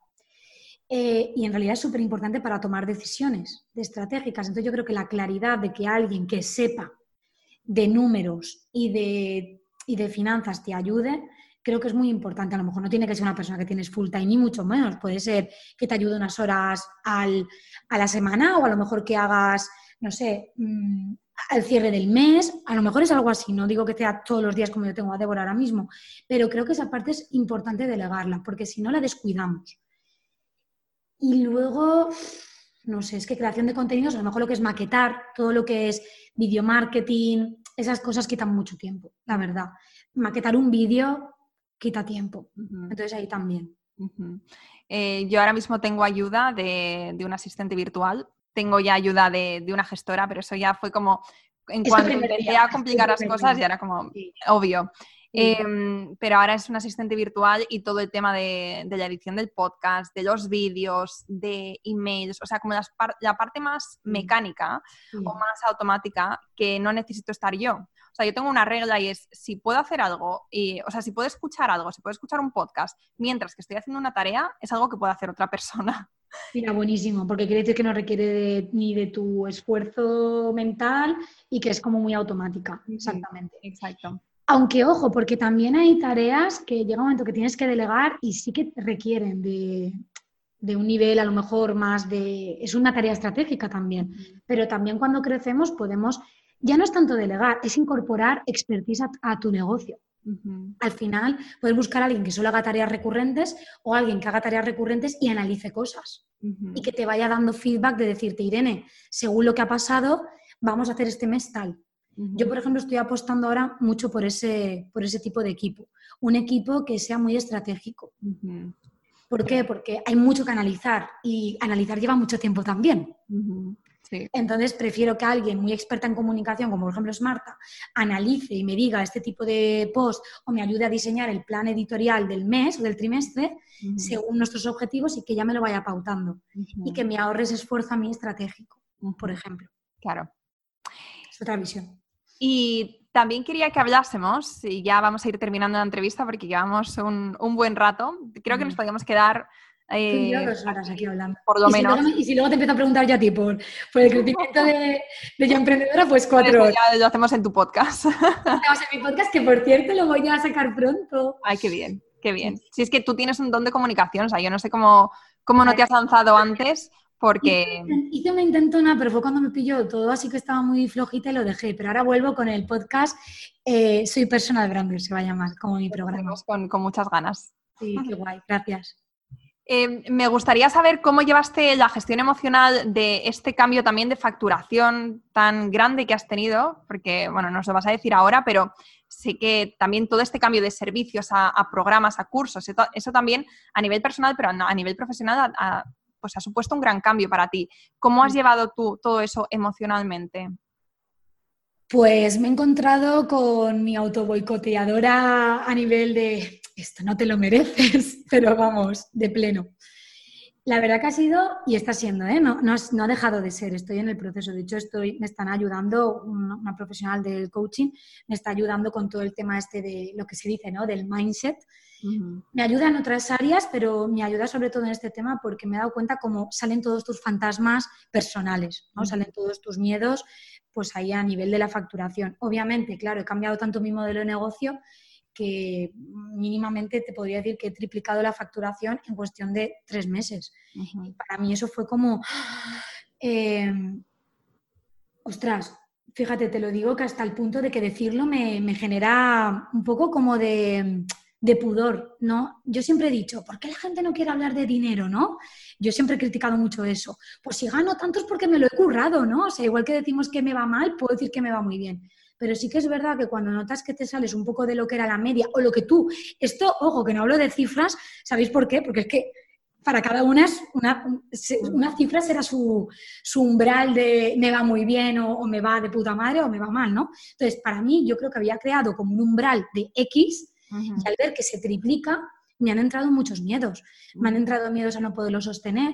Y en realidad es súper importante para tomar decisiones estratégicas. Entonces yo creo que la claridad de que alguien que sepa de números y de finanzas te ayude, creo que es muy importante. A lo mejor no tiene que ser una persona que tienes full time, ni mucho menos. Puede ser que te ayude unas horas a la semana, o a lo mejor que hagas, no sé, al cierre del mes. A lo mejor es algo así. No digo que sea todos los días como yo tengo a Débora ahora mismo, pero creo que esa parte es importante delegarla, porque si no la descuidamos. Y luego, no sé, es que creación de contenidos, a lo mejor lo que es maquetar, todo lo que es video marketing, esas cosas quitan mucho tiempo, la verdad. Maquetar un vídeo quita tiempo. Entonces ahí también. Yo ahora mismo tengo ayuda de un asistente virtual, tengo ya ayuda de una gestora, pero eso ya fue como, en cuanto empecé a complicar las cosas, ya era como obvio. Pero ahora es un asistente virtual y todo el tema de la edición del podcast, de los vídeos, de emails, o sea, como la parte más mecánica o más automática que no necesito estar yo. O sea, yo tengo una regla y es, si puedo hacer algo, o sea, si puedo escuchar algo, si puedo escuchar un podcast mientras que estoy haciendo una tarea, es algo que puede hacer otra persona. Mira, buenísimo, porque quiere decir que no requiere ni de tu esfuerzo mental y que es como muy automática, exactamente. Exacto. Aunque, ojo, porque también hay tareas que llega un momento que tienes que delegar y sí que requieren de un nivel a lo mejor más de... Es una tarea estratégica también, pero también cuando crecemos podemos... Ya no es tanto delegar, es incorporar expertise a tu negocio. Al final puedes buscar a alguien que solo haga tareas recurrentes o alguien que haga tareas recurrentes y analice cosas y que te vaya dando feedback de decirte, Irene, según lo que ha pasado, vamos a hacer este mes tal. Yo, por ejemplo, estoy apostando ahora mucho por ese tipo de equipo. Un equipo que sea muy estratégico. ¿Por qué? Porque hay mucho que analizar y analizar lleva mucho tiempo también. Sí. Entonces, prefiero que alguien muy experta en comunicación, como por ejemplo es Marta, analice y me diga este tipo de post o me ayude a diseñar el plan editorial del mes o del trimestre según nuestros objetivos y que ya me lo vaya pautando. Y que me ahorre ese esfuerzo a mí estratégico, por ejemplo. Claro. Es otra visión. Y también quería que hablásemos, y ya vamos a ir terminando la entrevista porque llevamos un buen rato. Creo que nos podíamos quedar... Tú y yo 2 horas aquí hablando. Por lo menos. Y si luego te empiezo a preguntar yo a ti por el crecimiento de Yo Emprendedora, pues 4 horas. Ya lo hacemos en tu podcast. Estamos en mi podcast, que por cierto lo voy a sacar pronto. Ay, qué bien, qué bien. Si es que tú tienes un don de comunicación, o sea, yo no sé cómo no te has lanzado antes, porque... Hice una intentona, pero fue cuando me pilló todo así que estaba muy flojita y lo dejé. Pero ahora vuelvo con el podcast Soy Personal Brander, se va a llamar, como mi programa. Con muchas ganas. Sí, qué guay, gracias. Me gustaría saber cómo llevaste la gestión emocional de este cambio también de facturación tan grande que has tenido, porque, bueno, nos lo vas a decir ahora, pero sé que también todo este cambio de servicios a programas, a cursos, eso también a nivel personal, pero a nivel profesional pues ha supuesto un gran cambio para ti. ¿Cómo has llevado tú todo eso emocionalmente? Pues me he encontrado con mi autoboicoteadora a nivel de esto no te lo mereces, pero vamos, de pleno. La verdad que ha sido y está siendo, ¿eh? No ha dejado de ser, estoy en el proceso. De hecho, me están ayudando, una profesional del coaching, me está ayudando con todo el tema este de lo que se dice, ¿no? Del mindset. Uh-huh. Me ayuda en otras áreas, pero me ayuda sobre todo en este tema porque me he dado cuenta cómo salen todos tus fantasmas personales, ¿no? Uh-huh. Salen todos tus miedos, pues ahí a nivel de la facturación. Obviamente, claro, he cambiado tanto mi modelo de negocio que mínimamente te podría decir que he triplicado la facturación en cuestión de 3 meses. Uh-huh. Y para mí eso fue como... ostras, fíjate, te lo digo que hasta el punto de que decirlo me genera un poco como de pudor, ¿no? Yo siempre he dicho, ¿por qué la gente no quiere hablar de dinero, no? Yo siempre he criticado mucho eso. Pues si gano tanto es porque me lo he currado, ¿no? O sea, igual que decimos que me va mal, puedo decir que me va muy bien. Pero sí que es verdad que cuando notas que te sales un poco de lo que era la media o lo que tú... Esto, ojo, que no hablo de cifras, ¿sabéis por qué? Porque es que para cada una es una cifra será su umbral de me va muy bien o me va de puta madre o me va mal, ¿no? Entonces, para mí, yo creo que había creado como un umbral de X Uh-huh. y al ver que se triplica, me han entrado muchos miedos. Me han entrado miedos a no poderlo sostener,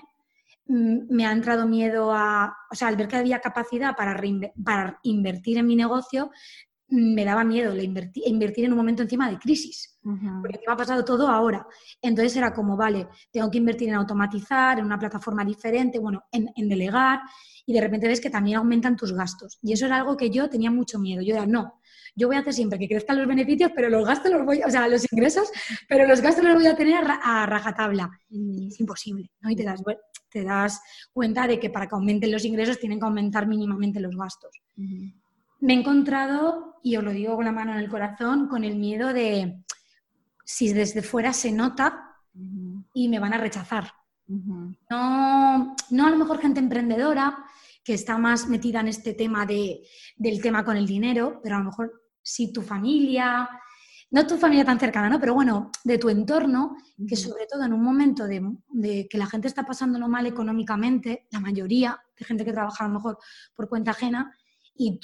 me ha entrado miedo a... O sea, al ver que había capacidad para invertir en mi negocio, me daba miedo invertir en un momento encima de crisis. Uh-huh. Porque me ha pasado todo ahora. Entonces era como, vale, tengo que invertir en automatizar, en una plataforma diferente, bueno, en delegar, y de repente ves que también aumentan tus gastos. Y eso era algo que yo tenía mucho miedo. Yo era, no, yo voy a hacer siempre que crezcan los beneficios, pero los gastos los voy, o sea, los ingresos, pero los gastos los voy a tener a rajatabla. Y es imposible, ¿no? Y te das cuenta de que para que aumenten los ingresos tienen que aumentar mínimamente los gastos. Uh-huh. Me he encontrado, y os lo digo con la mano en el corazón, con el miedo de si desde fuera se nota y me van a rechazar. Uh-huh. No a lo mejor gente emprendedora que está más metida en este tema del tema con el dinero, pero a lo mejor si tu familia, no tu familia tan cercana, ¿no? Pero bueno, de tu entorno, que sobre todo en un momento de que la gente está pasándolo mal económicamente, la mayoría de gente que trabaja a lo mejor por cuenta ajena, y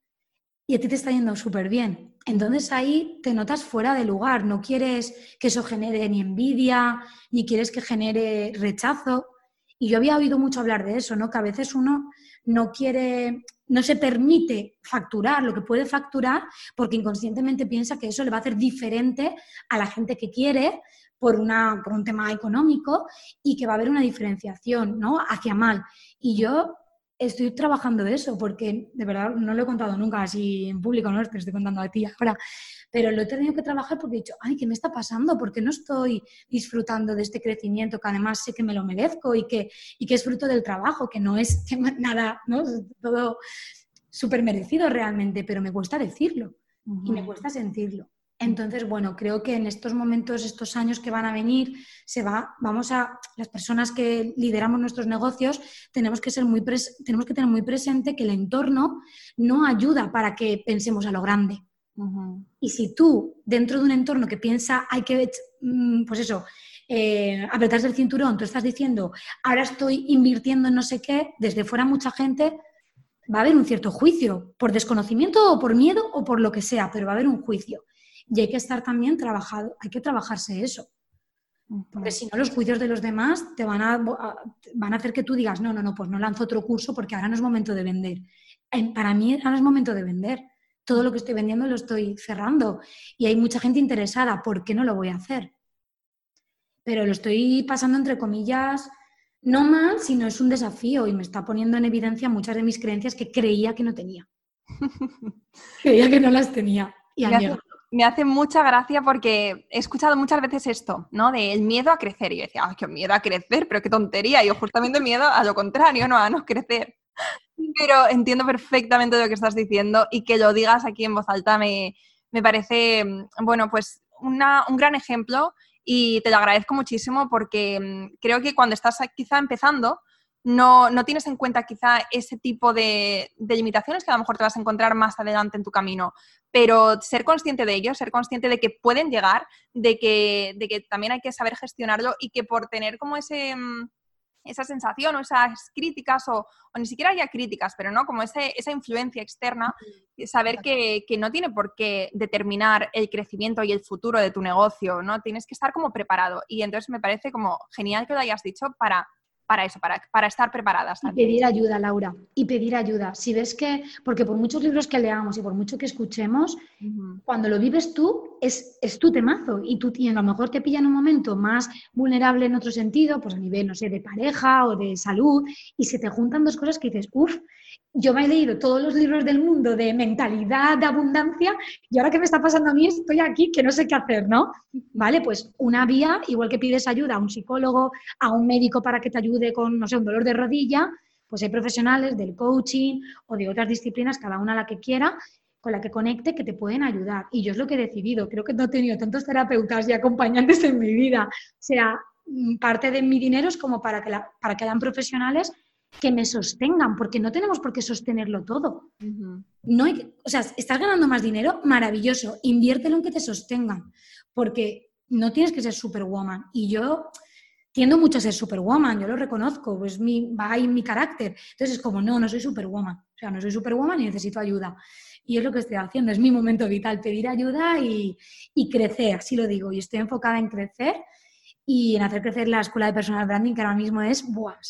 a ti te está yendo súper bien. Entonces ahí te notas fuera de lugar, no quieres que eso genere ni envidia, ni quieres que genere rechazo. Y yo había oído mucho hablar de eso, ¿no? Que a veces uno no se permite facturar lo que puede facturar porque inconscientemente piensa que eso le va a hacer diferente a la gente que quiere por un tema económico y que va a haber una diferenciación, ¿no? Hacia mal. Y yo estoy trabajando eso porque, de verdad, no lo he contado nunca así en público, no te estoy contando a ti ahora, pero lo he tenido que trabajar porque he dicho, ay, ¿qué me está pasando? ¿Por qué no estoy disfrutando de este crecimiento que además sé que me lo merezco y que es fruto del trabajo, que no es nada, ¿no? Es todo súper merecido realmente, pero me cuesta decirlo y me cuesta sentirlo. Entonces, bueno, creo que en estos momentos, estos años que van a venir, las personas que lideramos nuestros negocios, tenemos que tener muy presente que el entorno no ayuda para que pensemos a lo grande. Uh-huh. Y si tú, dentro de un entorno que piensa, hay que, pues eso, apretarse el cinturón, tú estás diciendo, ahora estoy invirtiendo en no sé qué, desde fuera mucha gente, va a haber un cierto juicio, por desconocimiento o por miedo o por lo que sea, pero va a haber un juicio. Y hay que estar también trabajado, hay que trabajarse eso. Porque si no, los juicios de los demás te van a hacer que tú digas, no, pues no lanzo otro curso porque ahora no es momento de vender. Para mí ahora es momento de vender. Todo lo que estoy vendiendo lo estoy cerrando. Y hay mucha gente interesada. ¿Por qué no lo voy a hacer? Pero lo estoy pasando entre comillas, no mal, sino es un desafío y me está poniendo en evidencia muchas de mis creencias que creía que no tenía. Creía que no las tenía. Y me hace mucha gracia porque he escuchado muchas veces esto, ¿no? Del miedo a crecer. Y yo decía, ¡ay, qué miedo a crecer! Pero qué tontería. Y yo justamente miedo a lo contrario, ¿no? A no crecer. Pero entiendo perfectamente lo que estás diciendo y que lo digas aquí en voz alta me parece, bueno, pues un gran ejemplo y te lo agradezco muchísimo porque creo que cuando estás quizá empezando no tienes en cuenta quizá ese tipo de limitaciones que a lo mejor te vas a encontrar más adelante en tu camino, pero ser consciente de ello, ser consciente de que pueden llegar, de que también hay que saber gestionarlo y que por tener como esa sensación o esas críticas o ni siquiera haya críticas, pero no como esa influencia externa, saber que no tiene por qué determinar el crecimiento y el futuro de tu negocio, ¿no? Tienes que estar como preparado y entonces me parece como genial que lo hayas dicho para para eso, para estar preparadas. Y pedir ayuda, Laura, y pedir ayuda. Si ves que, porque por muchos libros que leamos y por mucho que escuchemos, cuando lo vives tú, es tu temazo y a lo mejor te pilla en un momento más vulnerable en otro sentido, pues a nivel, no sé, de pareja o de salud, y se te juntan dos cosas que dices, yo me he leído todos los libros del mundo de mentalidad, de abundancia, y ahora que me está pasando a mí estoy aquí que no sé qué hacer, ¿no? Vale, pues una vía, igual que pides ayuda a un psicólogo, a un médico para que te ayude con, no sé, un dolor de rodilla, pues hay profesionales del coaching o de otras disciplinas, cada una la que quiera, con la que conecte, que te pueden ayudar. Y yo es lo que he decidido. Creo que no he tenido tantos terapeutas y acompañantes en mi vida. O sea, parte de mi dinero es como para que hayan profesionales que me sostengan, porque no tenemos por qué sostenerlo todo. No estás ganando más dinero, maravilloso, inviértelo en que te sostengan, porque no tienes que ser superwoman. Y yo tiendo mucho a ser superwoman, yo lo reconozco, pues va ahí mi carácter. Entonces es como, no soy superwoman. O sea, no soy superwoman y necesito ayuda. Y es lo que estoy haciendo, es mi momento vital, pedir ayuda y crecer, así lo digo. Y estoy enfocada en crecer y en hacer crecer la escuela de personal branding, que ahora mismo es,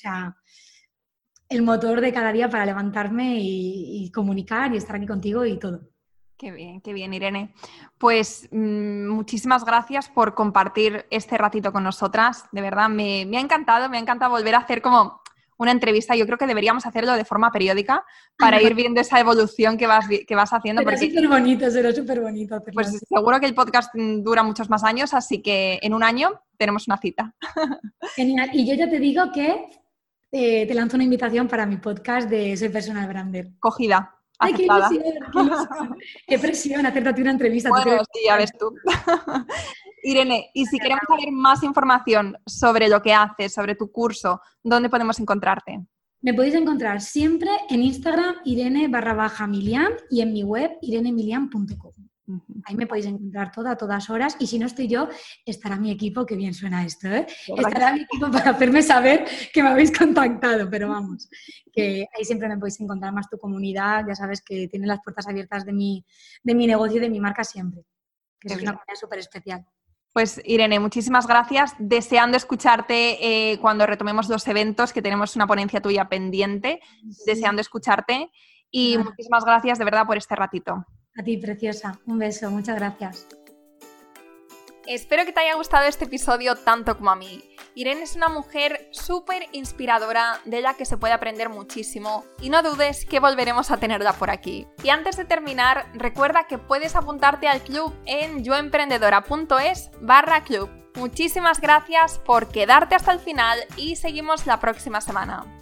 el motor de cada día para levantarme y comunicar y estar aquí contigo y todo. Qué bien, Irene. Pues muchísimas gracias por compartir este ratito con nosotras. De verdad, me ha encantado volver a hacer como una entrevista. Yo creo que deberíamos hacerlo de forma periódica para ir viendo esa evolución que vas haciendo. Será súper bonito. Pues seguro que el podcast dura muchos más años, así que en un año tenemos una cita. Genial. Y yo ya te digo que te lanzo una invitación para mi podcast de Soy Personal Brander. Cogida. ¡Ay, qué ilusión! ¡Qué presión hacerte a ti una entrevista! Bueno, sí, ya ves tú. Irene, y si queremos saber más información sobre lo que haces, sobre tu curso, ¿dónde podemos encontrarte? Me podéis encontrar siempre en Instagram, Irene_Milian, y en mi web, irenemilian.com. Ahí me podéis encontrar a todas horas, y si no estoy yo, estará mi equipo, que bien suena esto, ¿eh? Estará mi equipo para hacerme saber que me habéis contactado, pero vamos, que ahí siempre me podéis encontrar, más tu comunidad, ya sabes que tiene las puertas abiertas de mi negocio y de mi marca siempre, que es una comunidad súper especial. Pues Irene, muchísimas gracias, deseando escucharte cuando retomemos los eventos, que tenemos una ponencia tuya pendiente, deseando escucharte, y muchísimas gracias de verdad por este ratito. A ti, preciosa. Un beso. Muchas gracias. Espero que te haya gustado este episodio tanto como a mí. Irene es una mujer súper inspiradora, de la que se puede aprender muchísimo, y no dudes que volveremos a tenerla por aquí. Y antes de terminar, recuerda que puedes apuntarte al club en yoemprendedora.es/club. Muchísimas gracias por quedarte hasta el final y seguimos la próxima semana.